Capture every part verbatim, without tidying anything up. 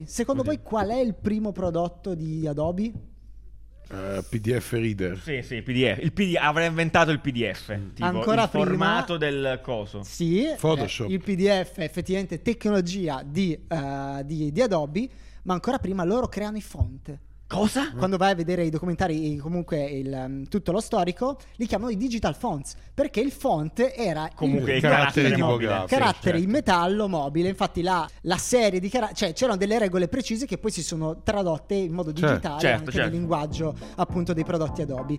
Secondo voi qual è il primo prodotto di Adobe? Uh, P D F Reader. Sì, sì, P D F. Il P D F avrà inventato il P D F. Tipo Ancora il prima, formato del coso. Sì, Photoshop. Eh, il P D F è effettivamente tecnologia di, uh, di, di Adobe, ma ancora prima loro creano i font. Cosa? Quando vai a vedere i documentari, comunque il, um, tutto lo storico, li chiamano i digital fonts, perché il font era comunque il, il carattere carattere tipografico. mobile. caratteri Sì, in metallo mobile. Infatti la, la serie di caratteri, cioè c'erano delle regole precise che poi si sono tradotte in modo Certo, digitale certo, anche certo. nel linguaggio appunto dei prodotti Adobe.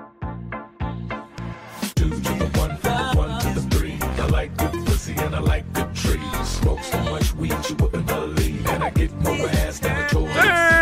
Two to the one, from the one to the three. I like good pussy and I like good trees. Smoke so much weed you wouldn't believe, and I get more ass than a toy.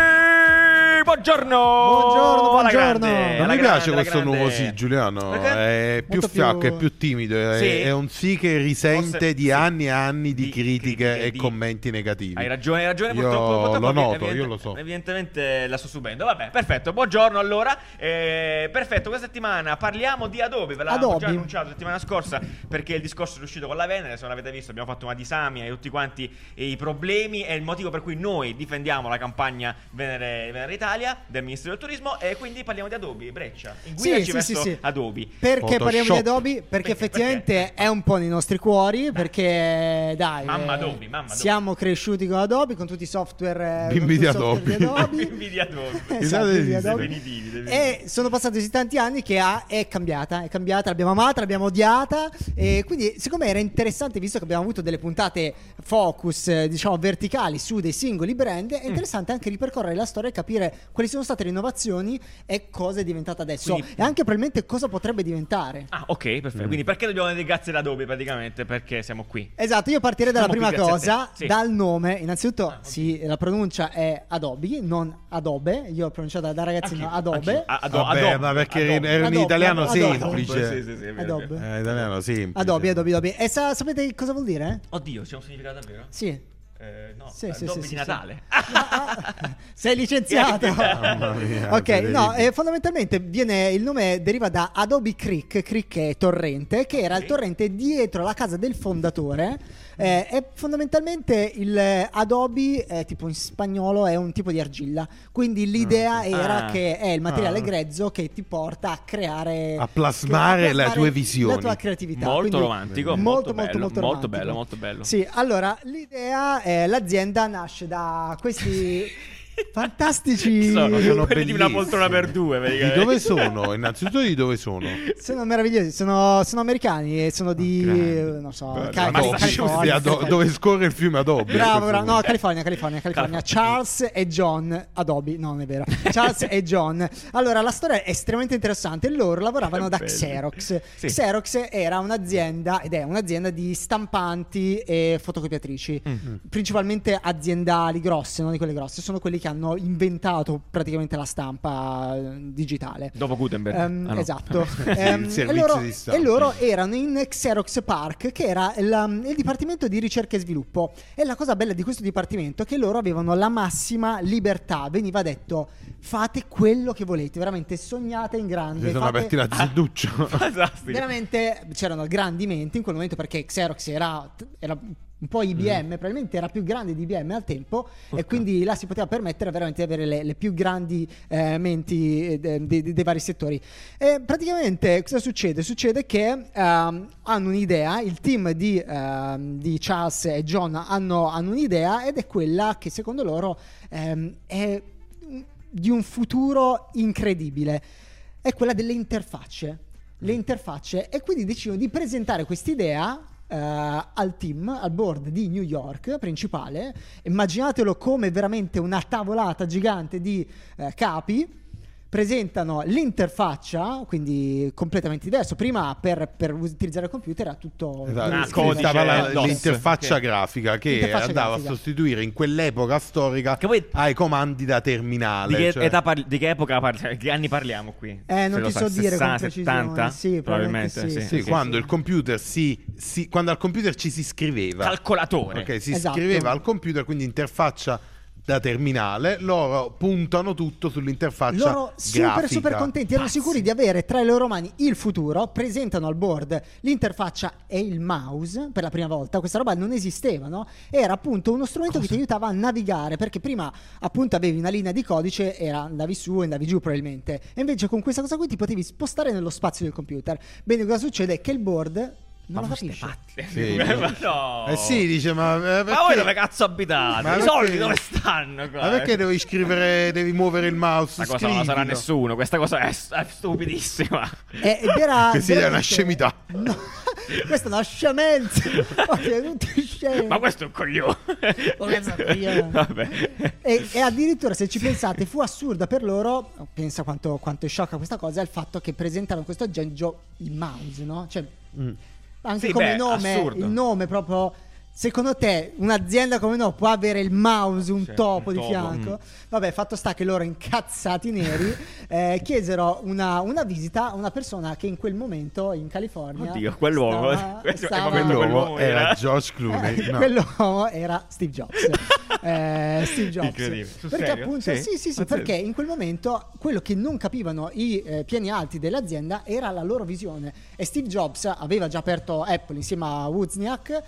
Ehi, buongiorno! Buongiorno, Alla buongiorno. grande, Non alla mi grande, piace alla questo grande. nuovo sì, Giuliano. Perché? È più Molto fiacco, più- è più timido. È, Sì. è un sì che risente Forse- di sì. anni e anni di, Di critiche critiche, e di- commenti negativi. Hai ragione, hai ragione. Io Purtroppo, purtroppo lo noto, evidente- io lo so. Evidentemente la sto subendo. Vabbè, perfetto. Buongiorno allora. Eh, perfetto, questa settimana parliamo di Adobe. Ve l'avevamo Adobe. già annunciato la settimana scorsa, perché il discorso è uscito con la Venere. Se non l'avete visto, abbiamo fatto una disamina di tutti quanti i problemi e il motivo per cui noi difendiamo la campagna Venere, Venere Italia del Ministero del Turismo. E quindi parliamo di Adobe, Breccia. Inguidaci Sì, sì, verso sì, sì. Adobe. Perché Photoshop. parliamo di Adobe? Perché, Perché- effettivamente perché? è un po' nei nostri cuori. Perché dai, Mamma eh, Adobe, mamma Adobe. siamo cresciuti con Adobe, con tutti i software, Bimbi con tutti di i software Adobe. di Bimbi di Adobe. Esatto, Esatto, bimbi di esiste. Adobe. Definitivi, definitivi. E sono passati così tanti anni che ha, è cambiata, è cambiata, l'abbiamo amata, l'abbiamo odiata. E quindi secondo me era interessante, visto che abbiamo avuto delle puntate focus, eh, diciamo verticali su dei singoli brand, è interessante anche ripercorrere la storia e capire quali sono state le innovazioni e cosa è diventata adesso. Quindi- E anche probabilmente cosa potrebbe diventare. Ah, ok, perfetto. Quindi perché dobbiamo dire grazie ad Adobe praticamente? Perché siamo qui. Esatto, io partirei dalla Siamo prima qui grazie a cosa, te. Sì. dal nome. Innanzitutto, Ah, ok. sì, la pronuncia è Adobe, non Adobe. Io ho pronunciato da ragazzino Anch'io, Adobe. anch'io. A- Ado- Vabbè, Adobe, ma perché Adobe. era in Adobe, italiano Adobe, semplice. Sì, sì, sì, è vero, è Adobe. vero. Eh, italiano semplice. Adobe, Adobe, Adobe. E sa- sapete cosa vuol dire? Oddio, c'è un significato davvero? Sì. Eh, no, Sì, eh, sì, Adobe sì, di sì, Natale. Ah, sei licenziato. Mamma mia, Ok, terribile. no, eh, fondamentalmente viene, il nome deriva da Adobe Creek, Creek è torrente, che era Ok. il torrente dietro la casa del fondatore. Eh, e fondamentalmente il eh, Adobe, eh, tipo in spagnolo, è un tipo di argilla. Quindi l'idea era Ah. che è il materiale Ah. grezzo che ti porta a creare, A plasmare le tue visioni. la tua creatività. Molto Quindi romantico, molto, molto molto, bello, molto, molto romantico. bello, molto bello. Sì, allora l'idea, eh, l'azienda nasce da questi fantastici. Sono, sono quelli di una bellissimi. poltrona per due, Di praticamente. dove sono? Innanzitutto di dove sono? Sono meravigliosi, sono, sono americani e sono di, grandi. non so, Bello. Cal- Adobe. California. Sì, Ado- dove scorre il fiume Adobe. Bravo, Questo bravo. vuol No, dire. California, California, California. California. Charles e John Adobe. No, non è vero. Charles e John. Allora, la storia è estremamente interessante. Loro lavoravano da Belli. Xerox. Sì. Xerox era un'azienda, ed è un'azienda di stampanti e fotocopiatrici. Mm. Principalmente aziendali grosse, non di quelle grosse. Sono quelli che hanno inventato praticamente la stampa eh, digitale. Dopo Gutenberg. Ehm, Ah, no. Esatto. Ehm, il e, servizio loro, di stampa. e loro erano in Xerox Park, che era il, il dipartimento di ricerca e sviluppo. E la cosa bella di questo dipartimento è che loro avevano la massima libertà. Veniva detto: fate quello che volete, veramente sognate in grande. Si sono fate- aperti la zidduccio. Fantastico. Veramente c'erano grandi menti in quel momento, perché Xerox era, era un po' I B M, probabilmente era più grande di I B M al tempo, e quindi là si poteva permettere veramente di avere le, le più grandi eh, menti eh, de- de- dei vari settori. E praticamente cosa succede? Succede che ehm, hanno un'idea, il team di, ehm, di Charles e John hanno, hanno un'idea, ed è quella che secondo loro ehm, è di un futuro incredibile, è quella delle interfacce. Le interfacce, e quindi decidono di presentare quest'idea eh, al team, al board di New York principale. Immaginatelo come veramente una tavolata gigante di eh, capi. Presentano l'interfaccia, quindi completamente diverso. Prima per, per utilizzare il computer era tutto Esatto. Ah, Sì, codice stava la- DOS. l'interfaccia Che- grafica che L'interfaccia andava grafica. a sostituire in quell'epoca storica Che poi- ai comandi da terminale. Di che, cioè- età parli- di che epoca parliamo? Di che anni parliamo qui? Eh, non Se lo ti sai, so dire con sessanta, precisione. settanta? Sì, probabilmente probabilmente sì. Sì, quando il computer si, si- quando al computer ci si scriveva. Calcolatore. Ok, si Esatto. scriveva al computer, quindi interfaccia da terminale, loro puntano tutto sull'interfaccia Loro super grafica. super contenti, erano Pazzi. sicuri di avere tra i loro mani il futuro, presentano al board l'interfaccia e il mouse per la prima volta. Questa roba non esisteva, no? Era appunto uno strumento Cosa? che ti aiutava a navigare, perché prima appunto avevi una linea di codice, era andavi su e andavi giù probabilmente, e invece con questa cosa qui ti potevi spostare nello spazio del computer. Bene, cosa succede? È che il board non Ma lo voi siete capisce. pazzi? Sì. Ma no. Eh sì, dice, ma, eh, perché, Ma voi dove cazzo abitate? Ma I perché- soldi dove stanno qua? ma perché devi scrivere, devi muovere il mouse? Questa cosa non la sarà Scrivilo. nessuno. Questa cosa è, è stupidissima. Eh, ed era Che sia una veramente- scemità. No, questa è una scemenza. Ok, tutti scemi. Ma questo è un coglione. Oh, questo è un coglione. Vabbè. E, e addirittura, se ci pensate, fu assurda per loro. Pensa quanto, quanto è sciocca questa cosa. Il fatto che presentano questo aggeggio il mouse, no? Cioè, Mm. anche Sì, come beh, nome, assurdo. il nome proprio. Secondo te un'azienda come no può avere il mouse, un Sì, topo un di topo, fianco? mm. Vabbè, fatto sta che loro incazzati neri eh, chiesero una, una visita a una persona che in quel momento in California. Oddio, quell'uomo. stava- Questo è il stava- momento Quell'uomo quell'uomo era era- George Clooney. eh, No. Quell'uomo era Steve Jobs. Eh, Steve Jobs. Incredibile. Sul Perché serio? appunto, Sì? sì, sì, sì, Pazzesco. perché in quel momento quello che non capivano i eh, piani alti dell'azienda era la loro visione. E Steve Jobs aveva già aperto Apple insieme a Wozniak,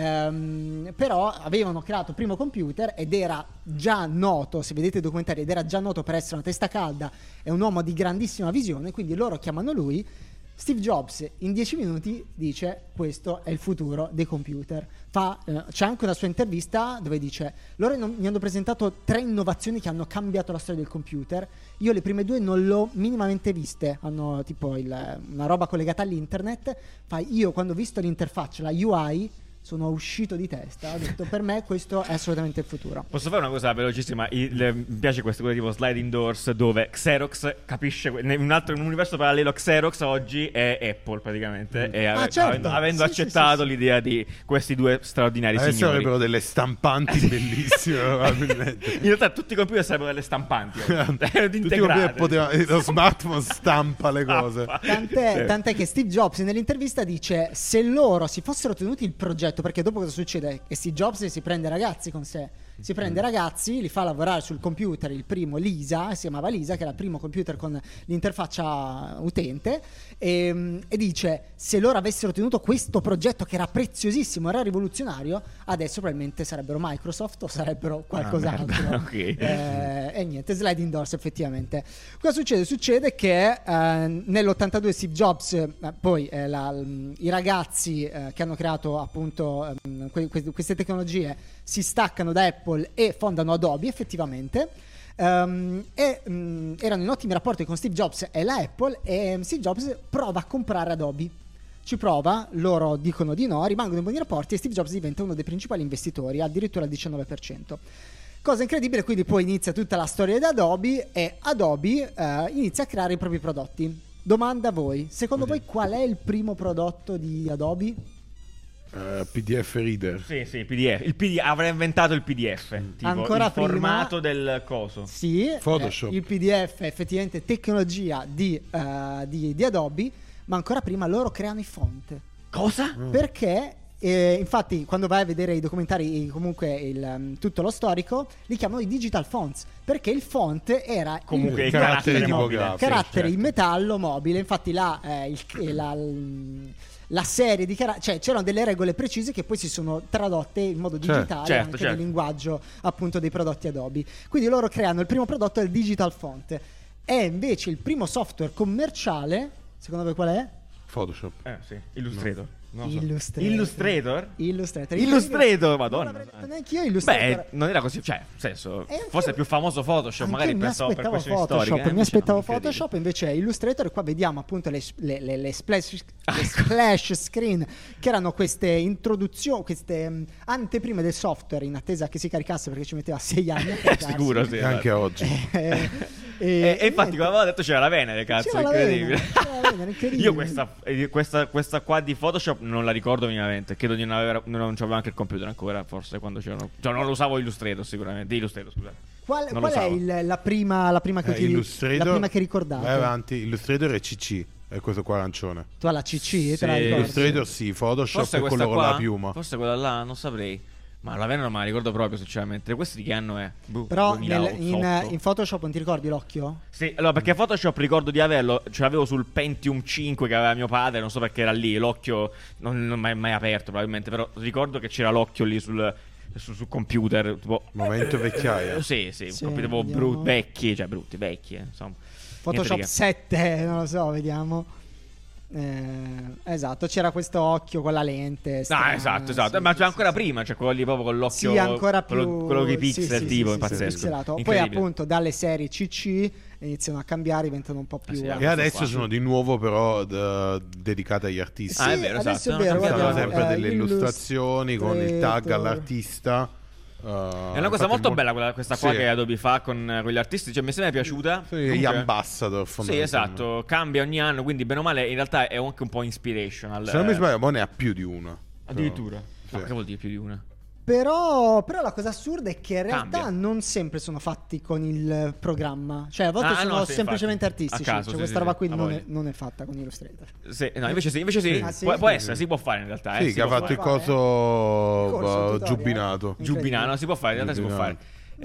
ehm, però avevano creato il primo computer ed era già noto, se vedete i documentari, ed era già noto per essere una testa calda e un uomo di grandissima visione, quindi loro chiamano lui. Steve Jobs in dieci minuti dice: questo è il futuro dei computer. Fa, eh, c'è anche una sua intervista dove dice: loro non- mi hanno presentato tre innovazioni che hanno cambiato la storia del computer. Io le prime due non le ho minimamente viste. Hanno tipo il- una roba collegata all'internet. Fa, io quando ho visto l'interfaccia, la U I, sono uscito di testa. Ho detto: per me questo è assolutamente il futuro. Posso fare una cosa velocissima? Il- le- mi piace questo quello tipo sliding doors, dove Xerox capisce que- in un altro in un universo parallelo Xerox oggi è Apple praticamente e ave- Ah, certo. avendo, avendo Sì, sì, accettato sì, sì. l'idea di questi due straordinari Adesso signori. avrebbero delle stampanti bellissime, probabilmente. In realtà tutti i computer sarebbero delle stampanti oggi. Erano Tutti i integrate. computer potevano- lo smartphone stampa le cose. Tant'è, Sì. tant'è che Steve Jobs nell'intervista dice: se loro si fossero tenuti il progetto, perché dopo cosa succede? Che Steve Jobs si prende ragazzi con sé, si prende ragazzi, li fa lavorare sul computer, il primo Lisa, si chiamava Lisa, che era il primo computer con l'interfaccia utente, e, e dice: se loro avessero tenuto questo progetto che era preziosissimo, era rivoluzionario, adesso probabilmente sarebbero Microsoft o sarebbero qualcos'altro. merda, ok. Eh, e niente, sliding doors effettivamente. Cosa succede? Succede che eh, nell'ottantadue Steve Jobs, eh, poi eh, la- l- i ragazzi eh, che hanno creato appunto ehm, que- que- queste tecnologie si staccano da Apple e fondano Adobe effettivamente. Ehm, e mh, erano in ottimi rapporti con Steve Jobs e la Apple, e Steve Jobs prova a comprare Adobe. Ci prova, loro dicono di no, rimangono in buoni rapporti e Steve Jobs diventa uno dei principali investitori, addirittura il diciannove per cento. Cosa incredibile, quindi poi inizia tutta la storia di Adobe e Adobe eh, inizia a creare i propri prodotti. Domanda a voi, secondo voi qual è il primo prodotto di Adobe? Eh, P D F reader. Sì, sì, P D F. Il P D F avrà inventato il P D F. Tipo Ancora il prima- formato del coso. Sì, Photoshop. eh, il P D F è effettivamente tecnologia di, eh, di, di Adobe, ma ancora prima loro creano i font. Cosa? Perché eh, infatti quando vai a vedere i documentari, comunque il, um, tutto lo storico, li chiamano i digital fonts, perché il font era Comunque il il carattere carattere tipografico. mobile. carattere Sì, in certo. metallo mobile. Infatti là eh, il- eh, la, la serie di caratteri, cioè c'erano delle regole precise che poi si sono tradotte in modo Certo, digitale certo, anche certo. nel linguaggio appunto dei prodotti Adobe. Quindi loro creano il primo prodotto, il digital font. È invece il primo software commerciale, secondo voi qual è? Photoshop. Eh, sì. Illustrator. Non lo so. Illustrator. Illustrator? Illustrator. Illustrator, Non madonna. l'avrei detto neanche io Illustrator. Beh, non era così, cioè, nel senso, E anche- forse è più famoso Photoshop, Anche magari mi pensavo per aspettavo questioni Photoshop, storiche. eh, mi invece aspettavo no, incredibile. Photoshop, invece è Illustrator. E qua vediamo appunto le, le, le, le splash, Ah, le ecco. splash screen, che erano queste introduzioni, queste mh, anteprime del software in attesa che si caricasse, perché ci metteva sei anni a caricarsi. Sicuro, sì. E anche oggi. Eh, E, e infatti, niente. come avevo detto, c'era la Venere, cazzo, C'era la incredibile. Venere, c'era la Venere, incredibile. Io questa, eh, questa, questa qua di Photoshop non la ricordo minimamente. Credo di non avere, non c'avevo anche il computer ancora, forse quando c'erano. Cioè, non lo usavo Illustrator sicuramente. Illustrator, scusate. Qual, Non qual lo è usavo. il- la, prima, la prima che Eh, utilizzi- Illustrator. la prima che ricordate? Vai avanti. Illustrator e C C. È questo qua arancione. Tu alla C C te la Sì. ricordi? Illustrator sì, Photoshop Forse è questa quello con qua, la piuma. forse quella là, non saprei. Ma la vena non me la ricordo proprio sinceramente. Questo di che anno è? Buh, Però nel- duemilaotto. in, in Photoshop non ti ricordi l'occhio? Sì, allora perché Photoshop ricordo di averlo, ce l'avevo sul Pentium cinque che aveva mio padre, non so perché era lì, l'occhio non, non mai, mai aperto probabilmente, però ricordo che c'era l'occhio lì sul, sul, sul computer, tipo... Momento vecchiaia. Sì, sì, Sì, computer tipo vediamo. bru- vecchi, cioè brutti, vecchi, eh, insomma. Photoshop Niente di sette, non lo so, vediamo. Eh, esatto, c'era questo occhio con la lente. che- strana, Ah, esatto, esatto, sì, ma sì, c'è ancora sì, prima, cioè quello lì proprio con l'occhio, sì, ancora più quello, quello che i sì, pixel sì, tipo, sì, sì, pazzesco. pixelato. Poi Incredibile. appunto dalle serie C C iniziano a cambiare, diventano un po' più Ah, sì, E questo adesso qua. sono di nuovo però d- dedicate agli artisti. Sì, Ah, è vero, adesso esatto, è vero, hanno Stanno cambiato- guardiamo, sempre eh, delle illustrazioni con il tag Illustrator. all'artista. Uh, È una cosa infatti molto mo- bella quella, questa qua Sì. che Adobe fa con, eh, con gli artisti, cioè mi sembra piaciuta. Sì, gli Comunque- ambassador Sì, fondamentalmente. esatto, cambia ogni anno, quindi bene o male in realtà è anche un po' inspirational. Se non mi eh. sbaglio, mo ne ha più di una. Addirittura. Sì. No, che vuol dire più di una? Però, però la cosa assurda è che in realtà Cambia. non sempre sono fatti con il programma. Cioè, a volte Ah, sono no, sì, semplicemente infatti. artistici. A caso, cioè, sì, questa sì, roba sì, qui a non è, voglia. non è fatta con Illustrator. Sì, no, invece sì, invece sì. Ah, sì? Può, può essere, si può fare in realtà. eh, Sì, si che ha può fatto il fare. fare. coso Corso, uh, tutorial. giubbinato. Giubbinano, si può fare, in realtà si può fare.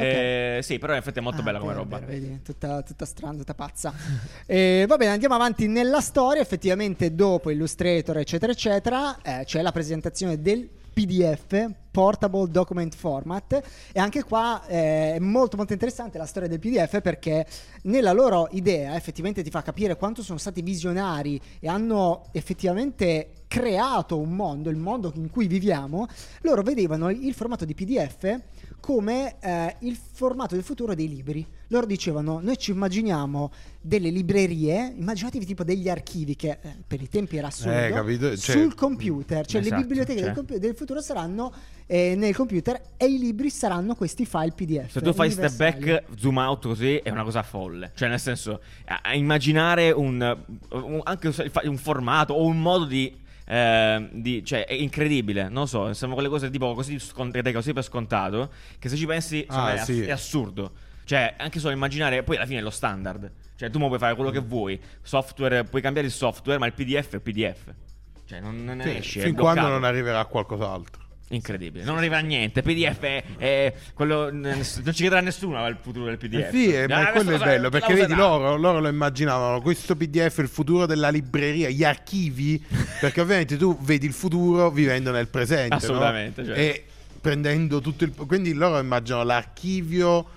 Eh, sì, però in effetti è molto Ah, bella come vero, roba. vero, vedi, tutta, tutta strana, tutta pazza. Eh, va bene, andiamo avanti nella storia. Effettivamente, dopo Illustrator, eccetera, eccetera, eh, c'è la presentazione del P D F, Portable Document Format, e anche qua eh, è molto molto interessante la storia del P D F, perché nella loro idea effettivamente ti fa capire quanto sono stati visionari e hanno effettivamente creato un mondo, il mondo in cui viviamo. Loro vedevano il formato di P D F come eh, il formato del futuro dei libri. Loro dicevano: noi ci immaginiamo delle librerie, immaginatevi tipo degli archivi che eh, per i tempi era assurdo, Eh, capito? Cioè- sul computer, cioè Esatto, le biblioteche cioè. del, compu- del futuro saranno eh, nel computer, e i libri saranno questi file P D F. Se tu fai step universali. back, zoom out così, è una cosa folle. Cioè, nel senso, a, a immaginare un, un- anche un, un formato o un modo di. eh, di- cioè, è incredibile. Non lo so, sono quelle cose tipo così scontate, così per scontato. Che se ci pensi, secondo Ah, me, è, sì. è assurdo. Cioè, anche solo immaginare, poi alla fine è lo standard. Cioè, tu mo puoi fare quello che vuoi. Software, puoi cambiare il software, ma il P D F è P D F. Cioè, non, non Sì, esce. è fin bloccato. quando non arriverà qualcos'altro. Incredibile, non arriva a niente. P D F è, è quello. Non ci crederà nessuno al futuro del P D F. Eh sì, eh, ma Ah, quello è questo bello, lo- perché lo vedi userà. loro, loro lo immaginavano questo P D F, il futuro della libreria, gli archivi, perché ovviamente tu vedi il futuro vivendo nel presente, Assolutamente, no? certo. E prendendo tutto il, quindi loro immaginano l'archivio,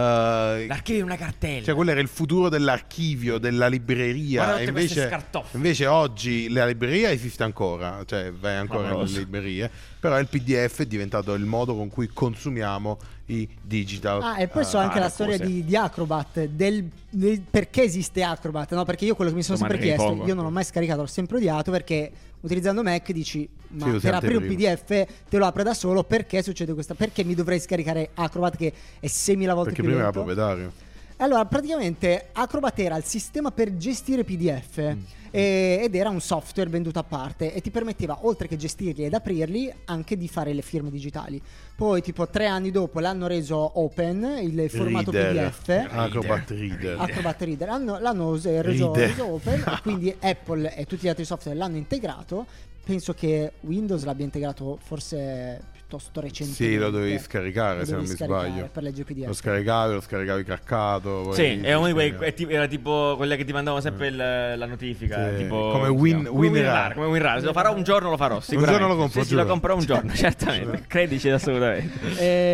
eh, L'archivio è una cartella. cioè quello era il futuro dell'archivio, della libreria. Guarda E tutte queste invece, scartoffie. invece oggi la libreria esiste ancora, cioè vai ancora nelle Clamoroso. librerie, però il P D F è diventato il modo con cui consumiamo i digital. Ah, e poi so eh, anche ah, la le storia cose. di, di Acrobat, del, del- perché esiste Acrobat, no? Perché io quello che mi sono sempre Domande di chiesto, poco. io non l'ho mai scaricato, l'ho sempre odiato, perché utilizzando Mac dici: ma Sì, usi per aprire un P anteprima. D F te lo apre da solo, perché succede questa? Perché mi dovrei scaricare Acrobat che è seimila volte perché più prima era lento? proprietario. Allora, praticamente Acrobat era il sistema per gestire P D F Mm. e- ed era un software venduto a parte e ti permetteva, oltre che gestirli ed aprirli, anche di fare le firme digitali. Poi, tipo tre anni dopo, l'hanno reso open, il formato Reader. P D F. Acrobat Reader. Acrobat Reader l'hanno, l'hanno us- reso, Reader. reso open e quindi Apple e tutti gli altri software l'hanno integrato. Penso che Windows l'abbia integrato forse piuttosto recentemente. Sì, lo dovevi scaricare Lo se non dovevi mi scaricare sbaglio. per leggere P D F. Lo scaricavi, lo scaricavi craccato. poi Sì, ti è uno di quei. scaricavi. è tipo- Era tipo quelle che ti mandavano sempre il- la notifica. Sì, Tipo, come come si Win- chiama? Come WinRAR. WinRAR. Come WinRAR. Se lo farò un giorno, lo farò. Sicuramente. giorno lo compro, Sì, sì, giuro. lo comprerò un giorno, certamente. Credici assolutamente.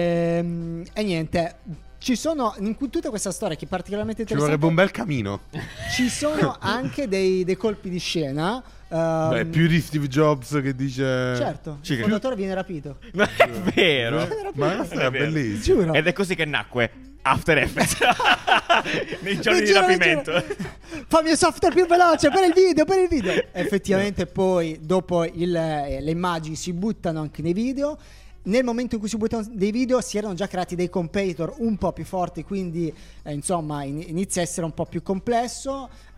Ehm, E, niente, ci sono in cui- tutta questa storia che è particolarmente Ci interessante. vorrebbe un bel camino. Ci sono anche dei, dei colpi di scena. ehm, Beh, più di Steve Jobs che dice. certo, Ci il fondatore viene rapito. Ma è vero. Ma questo era È vero. bellissimo. Giuro. Ed è così che nacque After Effects. Nei giorni Non di c'era- rapimento. non c'era- Fammi il software più veloce per il video, per il video. Effettivamente poi dopo il- eh, le immagini si buttano anche nei video. Nel momento in cui si buttano dei video si erano già creati dei competitor un po' più forti, quindi eh, insomma in- inizia a essere un po' più complesso.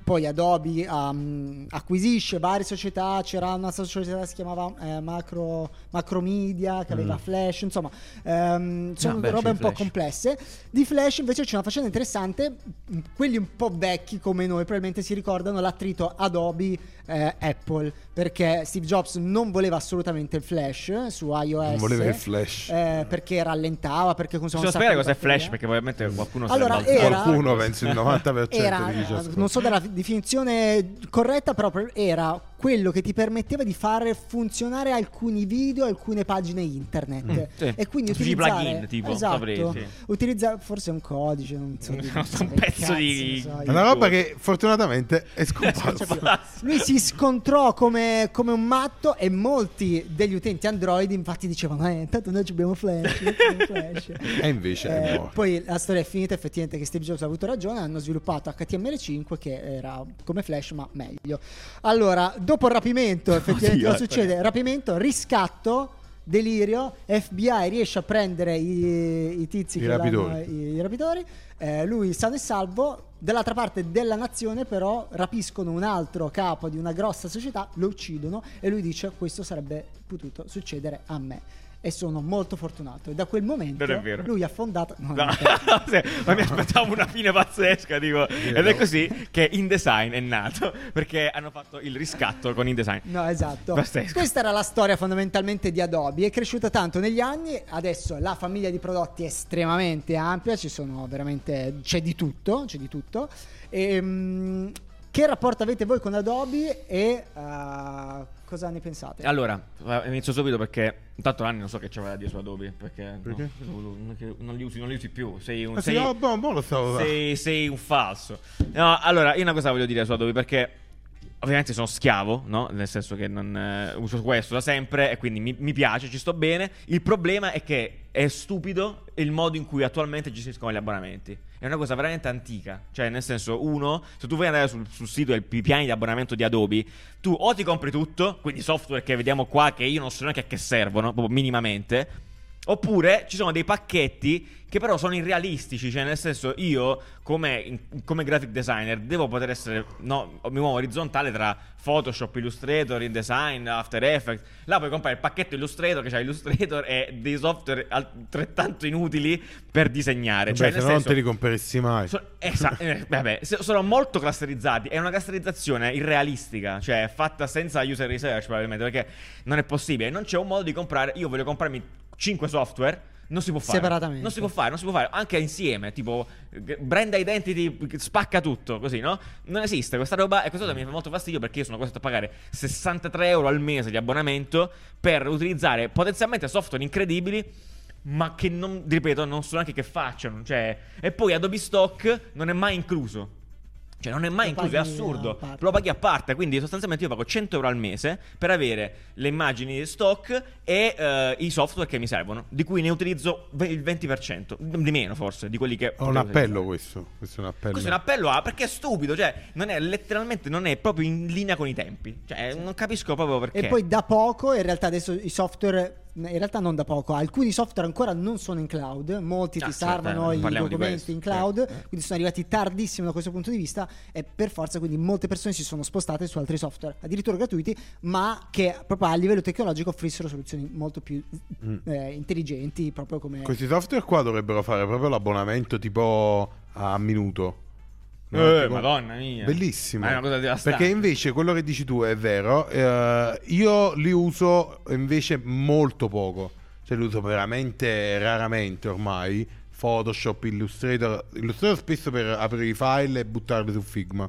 poi Adobe um, acquisisce varie società, c'era una società che si chiamava eh, Macro, Macromedia che aveva mm. Flash, insomma um, sono no, beh, robe un Flash. po' complesse. Di Flash invece c'è una faccenda interessante, quelli un po' vecchi come noi probabilmente si ricordano l'attrito Adobe eh, Apple, perché Steve Jobs non voleva assolutamente il Flash su iOS, non voleva il Flash eh, perché rallentava, perché consumava Possiamo un sacco spiegare di cos'è Flash? batteria. Perché probabilmente qualcuno Allora, sarebbe era- qualcuno penso il novanta per cento era, di chi ci ascolta. non so della definizione corretta, però era quello che ti permetteva di fare funzionare alcuni video, alcune pagine internet Mm, sì. e quindi Tutti i utilizzare plugin, tipo, esatto, saprei, sì. utilizza forse un codice, non so, di- Un che pezzo cazzo di- ne so È io. una roba che fortunatamente è scomparsa. Lui si scontrò come, come un matto e molti degli utenti Android infatti dicevano eh, intanto noi abbiamo Flash, noi abbiamo Flash. E invece è Eh, morto. poi la storia è finita effettivamente che Steve Jobs ha avuto ragione, hanno sviluppato H T M L cinque che era come Flash ma meglio. Allora dopo il rapimento effettivamente Oddio, cosa succede? Rapimento, riscatto, delirio, F B I riesce a prendere i, i tizi I che rapitori. l'hanno- i, i rapitori, eh, lui sano e salvo. Dall'altra parte della nazione però rapiscono un altro capo di una grossa società, lo uccidono e lui dice questo sarebbe potuto succedere a me e sono molto fortunato, e da quel momento Non è vero. lui ha fondato no, No, non è vero. sì, ma mi aspettavo una fine pazzesca, dico. Ed è così che InDesign è nato, perché hanno fatto il riscatto con InDesign. No, esatto. Pazzesco. Questa era la storia fondamentalmente di Adobe. È cresciuta tanto negli anni. Adesso la famiglia di prodotti è estremamente ampia. Ci sono veramente. C'è di tutto. C'è di tutto. E, mm, che rapporto avete voi con Adobe e uh, cosa ne pensate? Allora, eh, inizio subito perché intanto Anni non so che c'aveva da dire su Adobe, perché, Perché? no, non, che non li usi, non li usi più, sei un, Ah, sì, sei, oh, boh, boh, lo stavo sei, sei un falso. No, allora, io una cosa voglio dire su Adobe perché ovviamente sono schiavo, no? Nel senso che non eh, uso questo da sempre e quindi mi, mi piace, ci sto bene. Il problema è che è stupido il modo in cui attualmente gestiscono gli abbonamenti. È una cosa veramente antica. Cioè, nel senso, uno, se tu vuoi andare sul, sul sito del i piani di abbonamento di Adobe, tu o ti compri tutto, quindi software che vediamo qua che io non so neanche a che servono, proprio minimamente, oppure ci sono dei pacchetti che però sono irrealistici, cioè nel senso io come, come graphic designer devo poter essere, no, mi muovo orizzontale tra Photoshop, Illustrator, InDesign, After Effects. Là puoi comprare il pacchetto Illustrator che c'ha Illustrator e dei software altrettanto inutili per disegnare. Beh, Cioè, se nel no non senso, te li compreresti mai. So- esatto, eh, vabbè, se- sono molto clusterizzati. È una clusterizzazione irrealistica, cioè fatta senza user research probabilmente, perché non è possibile. Non c'è un modo di comprare. Io voglio comprarmi cinque software. Non si può fare. Separatamente. Non si può fare, non si può fare. Anche insieme, tipo eh, brand identity spacca tutto, così, no? Non esiste questa roba e questa cosa mi fa molto fastidio perché io sono costretto a pagare sessantatré euro al mese di abbonamento per utilizzare potenzialmente software incredibili, ma che non, ripeto, non so neanche che facciano. Cioè, e poi Adobe Stock non è mai incluso. Cioè non è mai Lo incluso, è paghi assurdo. a parte. Lo paghi a parte, quindi sostanzialmente io pago cento euro al mese per avere le immagini di stock e eh, i software che mi servono, di cui ne utilizzo ve- il venti per cento, di meno forse, di quelli che... Ho un potevo appello utilizzare. questo. Questo è un appello. Questo è un appello a, perché è stupido, cioè non è letteralmente, non è proprio in linea con i tempi. Cioè non capisco proprio perché. E poi da poco, in realtà adesso i software, in realtà non da poco, alcuni software ancora non sono in cloud, molti Ah, ti certo, salvano eh, i parliamo di documenti questo. in cloud, Eh, eh. quindi sono arrivati tardissimo da questo punto di vista e per forza quindi molte persone si sono spostate su altri software, addirittura gratuiti, ma che proprio a livello tecnologico offrissero soluzioni molto più eh, intelligenti, proprio come... Questi software qua dovrebbero fare proprio l'abbonamento tipo a minuto. No? Eh, Tipo- madonna mia. Bellissimo. Ma è una cosa devastante. Perché invece quello che dici tu è vero. eh, io li uso invece molto poco. Cioè li uso veramente raramente ormai. Photoshop, Illustrator. Illustrator spesso per aprire i file e buttarli su Figma.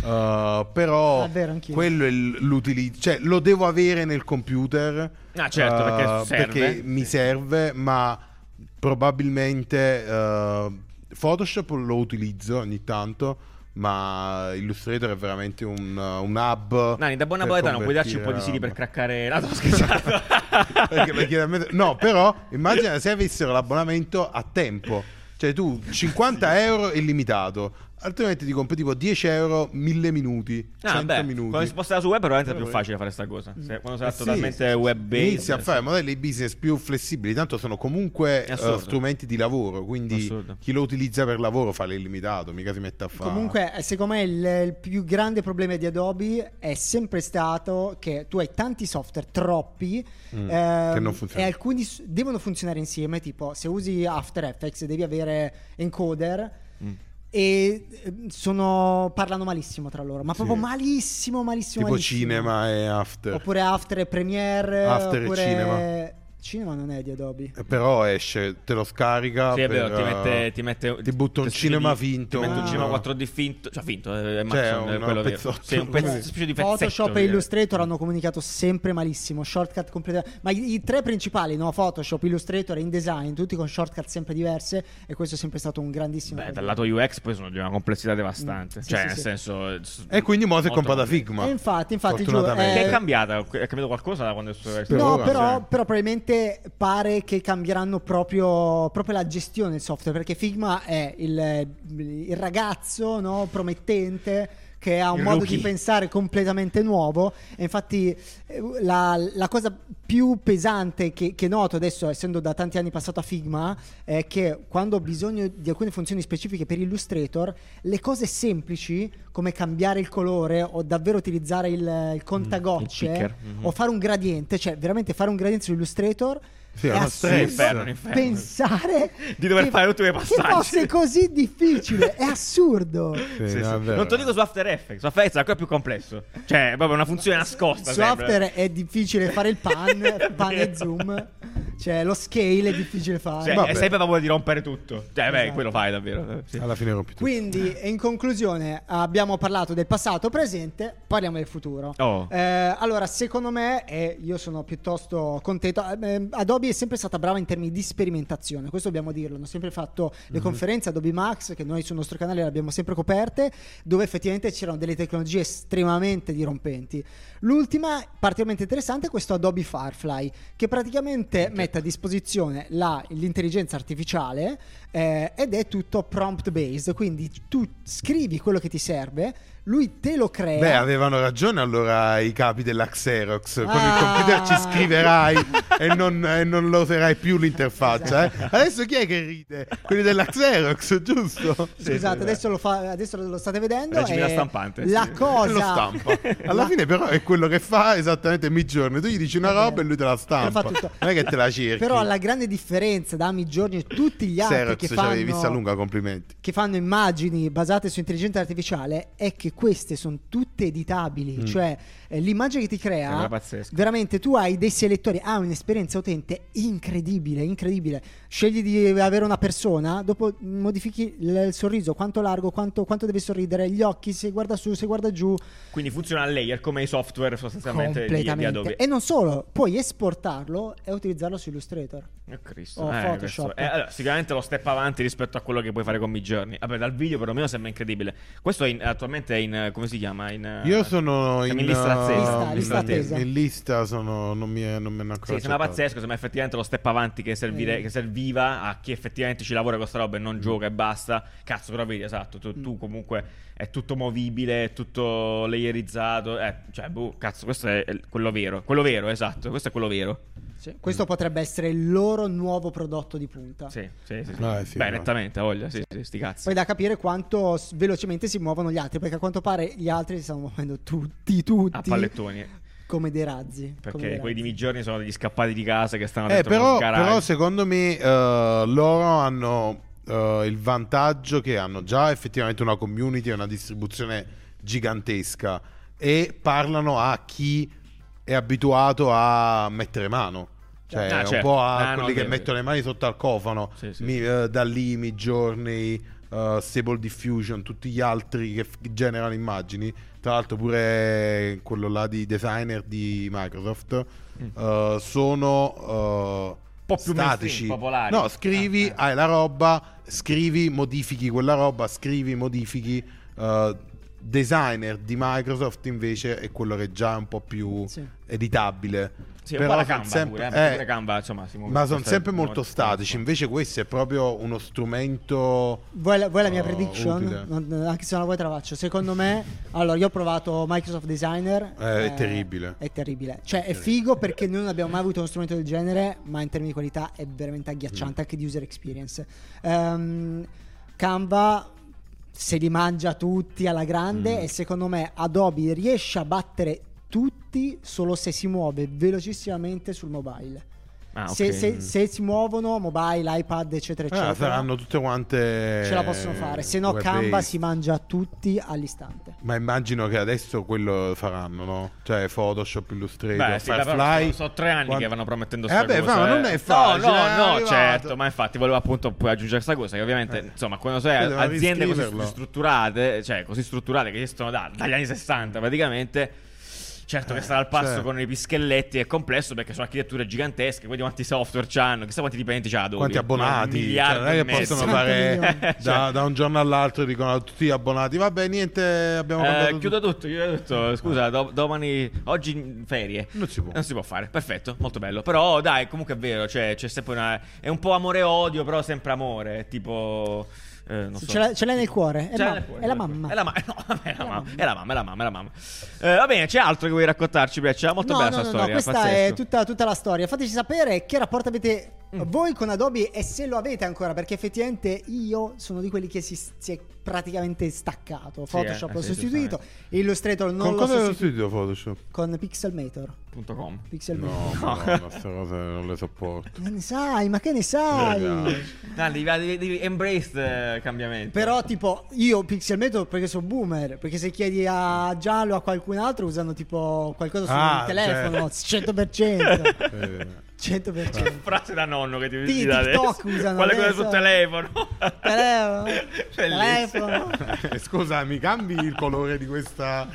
Eh, però È vero, anch'io. quello è l- l'utilizzo. Cioè lo devo avere nel computer. Ah, certo, perché eh, serve. perché mi serve, ma probabilmente eh, Photoshop lo utilizzo ogni tanto, ma Illustrator è veramente un, un hub. Nani, da buona per poeta non puoi darci un po' di convertire siti per roba. craccare la tua scherzata. Perché- perché a me- no, però immagina se avessero l'abbonamento a tempo. Cioè tu cinquanta euro illimitato, altrimenti ti compri tipo dieci euro, mille minuti, Ah, cento beh, minuti. quando si sposta su web è veramente Eh, più facile fare sta cosa. Se, quando sarà Eh sì, totalmente web-based. Inizia a fare modelli di business più flessibili, tanto sono comunque È eh, assurdo. strumenti di lavoro, quindi Assurdo. chi lo utilizza per lavoro fa l'illimitato, mica si mette a fare. Comunque, eh, secondo me il, il più grande problema di Adobe è sempre stato che tu hai tanti software, troppi, Mm, ehm, che non funzionano. e alcuni s- devono funzionare insieme. Tipo, se usi After Effects devi avere encoder. Mm. E eh, sono parlano malissimo tra loro, ma Sì. proprio malissimo, malissimo. tipo malissimo. cinema e after. Oppure After e Premiere. After e oppure... cinema. Cinema non è di Adobe. Eh, Però esce, te lo scarica. Sì, è per, vero, ti mette, eh, ti mette ti butta un ti- cinema ti- finto. Ti mette un Ah. cinema quattro D finto, cioè finto, eh, è Cioè, Maxon, è un quello vero. pezzotto. Sì, un pezzo, specie di pezzetto. Photoshop e vero. Illustrator hanno comunicato sempre malissimo, shortcut completamente. Ma i, i tre principali, no? Photoshop, Illustrator e InDesign, tutti con shortcut sempre diverse, e questo è sempre stato un grandissimo Beh, dal problema. lato U X poi sono di una complessità devastante. Mm, sì, cioè, sì, nel sì. senso. s- E quindi mo si è molto comprata complesso. Figma. E infatti, infatti, giù, Fortunatamente. eh, Che è cambiata? È cambiato qualcosa da quando è stato Per No, ora, però, sì. però probabilmente pare che cambieranno proprio, proprio la gestione del software, perché Figma è il, il ragazzo, no, promettente, che ha un Il modo rookie. di pensare completamente nuovo. E infatti eh, la, la cosa più pesante che, che noto adesso, essendo da tanti anni passato a Figma, è che quando ho bisogno di alcune funzioni specifiche per Illustrator, le cose semplici come cambiare il colore o davvero utilizzare il, il contagocce il picker, mhm. o fare un gradiente, cioè veramente fare un gradiente su Illustrator. Sì, è è uno assurdo stress. Inferno, un inferno. pensare Di dover che- fare tutti quei che passaggi. fosse così difficile, è assurdo. Sì, Sì, no, sì. è vero. Non te lo dico su After Effects. Su After Effects è ancora più complesso. Cioè, è proprio una funzione nascosta. Su sembra. After è difficile fare il pan, pan e zoom, cioè lo scale è difficile fare. Cioè, Vabbè. hai sempre paura di rompere tutto. Cioè, beh, Esatto. quello fai davvero. eh, sì. Alla fine rompi tutto. Quindi, in conclusione, abbiamo parlato del passato, presente, parliamo del futuro. Oh. Eh, allora, secondo me, e io sono piuttosto contento, eh, Adobe è sempre stata brava in termini di sperimentazione, questo dobbiamo dirlo. Hanno sempre fatto le conferenze Adobe Max, che noi sul nostro canale le abbiamo sempre coperte, dove effettivamente c'erano delle tecnologie estremamente dirompenti. L'ultima, particolarmente interessante, è questo Adobe Firefly, che praticamente mette a disposizione la- l'intelligenza artificiale eh, ed è tutto prompt based, quindi tu scrivi quello che ti serve, lui te lo crea. Beh, avevano ragione allora i capi della Xerox. Con il Ah. computer ci scriverai e, non, e non lo userai più l'interfaccia. Eh? Adesso chi è che ride? Quelli della Xerox, giusto? Scusate, adesso, lo fa, adesso lo state vedendo. Regimi e da stampante, La sì. cosa. Lo stampa. Alla la- fine, però, è quello che fa esattamente Midjourney. Tu gli dici una roba e lui te la stampa. Lo fa tutto. Non è che te la cerchi. Però la grande differenza da Midjourney e tutti gli altri Xerox che ci avevi vista fanno, lunga, complimenti. che fanno immagini basate su intelligenza artificiale è che queste sono tutte editabili. Mm. Cioè, eh, l'immagine che ti crea, Sembra pazzesco. veramente tu hai dei selettori, hai un'esperienza utente incredibile, incredibile. Scegli di avere una persona, dopo modifichi il, il sorriso, quanto largo, quanto, quanto deve sorridere, gli occhi, se guarda su, se guarda giù. Quindi funziona a layer come i software sostanzialmente di, di Completamente. Adobe. E non solo, puoi esportarlo e utilizzarlo su Illustrator. Oh, Cristo. o Eh, Photoshop. questo- eh, allora, sicuramente lo step avanti rispetto a quello che puoi fare con Midjourney. Vabbè, dal video perlomeno sembra incredibile. Questo è in- attualmente è in eh, come si chiama? In, eh, Io sono in, siamo in lista uh, attesa. Lista- lista in- attesa. in lista sono, non mi è, non me ne ancora Sì, sembra accettato. pazzesco, sembra effettivamente lo step avanti che, servire- Eh. che serviva a chi effettivamente ci lavora con questa roba e non gioca e basta. Cazzo, però vedi, esatto, tu, tu comunque è tutto movibile, è tutto layerizzato, eh, cioè, boh, cazzo, questo è è quello vero, quello vero, esatto, questo è quello vero. Sì, questo potrebbe essere il loro nuovo prodotto di punta. Sì, sì, sì, sì. Ah, sì, Beh, no. nettamente, ha voglia, sì, sì, sti cazzi. Poi da capire quanto s- velocemente si muovono gli altri, perché a quanto pare gli altri si stanno muovendo tutti, tutti A pallettoni. come dei razzi. come Perché dei quelli di razzi. Midjourney sono degli scappati di casa che stanno Eh, dentro però, un garage. però secondo me eh, loro hanno eh, il vantaggio che hanno già effettivamente una community e una distribuzione gigantesca e parlano a chi è abituato a mettere mano. Cioè, Ah, un certo. po' a Ah, no, quelli è che vero, mettono le mani sotto al cofano. Sì, sì, Mi- sì. eh, da lì, Midjourney, uh, Stable Diffusion, tutti gli altri che f- generano immagini. Tra l'altro pure quello là di designer di Microsoft uh, sono uh, po' più statici. mainstream, popolari. No, scrivi, Ah, ah. hai la roba, scrivi, modifichi quella roba, scrivi, modifichi. uh, designer di Microsoft invece è quello che già è un po' più Sì. editabile. Sì, un Però po' la son Canva sempre- pure, eh, perché eh, pure Canva, insomma, si muove ma su sono queste- sempre molto molto- statici. Invece questo è proprio uno strumento. Vuoi la, vuoi la mia Oh, prediction? utile. Non- anche se non la vuoi te la faccio. Secondo me, allora io ho provato Microsoft Designer. Eh, è terribile. È terribile. Cioè è figo perché noi non abbiamo mai avuto uno strumento del genere, ma in termini di qualità è veramente agghiacciante, anche di user experience. Ehm, Canva se li mangia tutti alla grande e secondo me Adobe riesce a battere tutti solo se si muove velocissimamente sul mobile. Ah, ok. se, se- se si muovono mobile, iPad eccetera eccetera, Ah, saranno tutte quante. ce la possono fare. Se no web Canva based. si mangia tutti all'istante. Ma immagino che adesso quello faranno, no? Cioè Photoshop, Illustrator, Beh, sì, beh, però Firefly. sono, sono tre anni Quando- che vanno promettendo Eh, sta vabbè, cosa. ma eh. non è facile, No, è no, no, arrivato. certo. Ma infatti volevo appunto poi aggiungere questa cosa che ovviamente, insomma, quando sei Poi devono aziende così riscriverlo. strutturate, cioè così strutturate che esistono da- dagli anni sessanta praticamente. Certo che stare al passo certo. con i pischelletti è complesso perché sono architetture gigantesche. Quindi quanti software c'hanno, chissà quanti dipendenti c'ha Adobe. Quanti abbonati? Un Cioè, miliardo non è e che mezzo. possono milioni. fare da, da un giorno all'altro dicono a tutti gli abbonati vabbè niente abbiamo Eh, cambiato chiudo tutto. tutto, chiudo tutto. Scusa, do- domani, oggi in ferie. Non si può. Non si può fare, perfetto, molto bello. Però dai, comunque è vero, cioè, c'è sempre una. È un po' amore e odio, però sempre amore. Tipo. Eh, non Se so. ce, l'hai, ce l'hai nel cuore, è, Ce l'hai ma- nel cuore, è la ce l'hai nel mamma. cuore. È la, ma- no, vabbè, è la mamma, è la mamma, è la mamma, è la mamma, è la mamma. Eh, va bene, c'è altro che vuoi raccontarci? C'è molto No, bella no, questa no, no, storia. questa pazzesco. è tutta, tutta la storia. Fateci sapere che rapporto avete Mm. voi con Adobe e se lo avete ancora, perché effettivamente io sono di quelli che si, si è praticamente staccato. Photoshop eh, l'ho sì, sostituito, Illustrator non Con l'ho cosa hai sostituito sostituito Photoshop? con Pixelmator. Punto com. Pixelmator. No, no, queste cose non le sopporto. Ma ne sai, ma che ne sai? Ragazzi. Dai, devi, devi, devi embrace il cambiamento. Però tipo io Pixelmator perché sono boomer, perché se chiedi a Giallo o a qualcun altro usano tipo qualcosa sul Ah, telefono, cento per cento. Eh, cento per cento. Frase da nonno che ti Sì, usi da TikTok adesso. usano Quale cosa adesso. sul telefono? Telefono. Bellissimo. Telefono. Eh, Scusa, mi cambi il colore di questa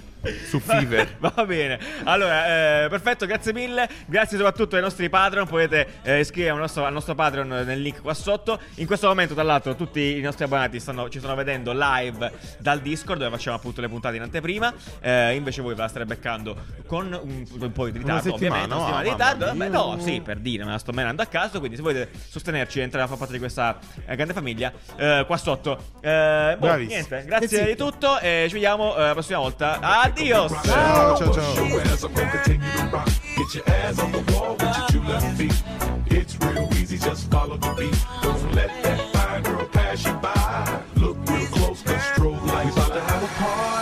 su Fiverr? Va bene, allora, eh, perfetto, grazie mille. Grazie soprattutto ai nostri Patreon. Potete eh, iscrivervi al nostro, al nostro Patreon nel link qua sotto. In questo momento, tra l'altro, tutti i nostri abbonati stanno, ci stanno vedendo live dal Discord, dove facciamo appunto le puntate in anteprima. Eh, invece voi ve la state beccando con un, un po' di ritardo, settimana, ovviamente. Una no? settimana di Mamma ritardo. mia. Vabbè, no, sì, per dire, me la sto menando a caso. Quindi, se volete sostenerci e entrare a far parte di questa eh, grande famiglia, eh, qua sotto. Eh, boh, Bravissimo. niente, grazie E di zitto. tutto. E ci vediamo eh, la prossima volta. Addio. Ciao, ciao, ciao.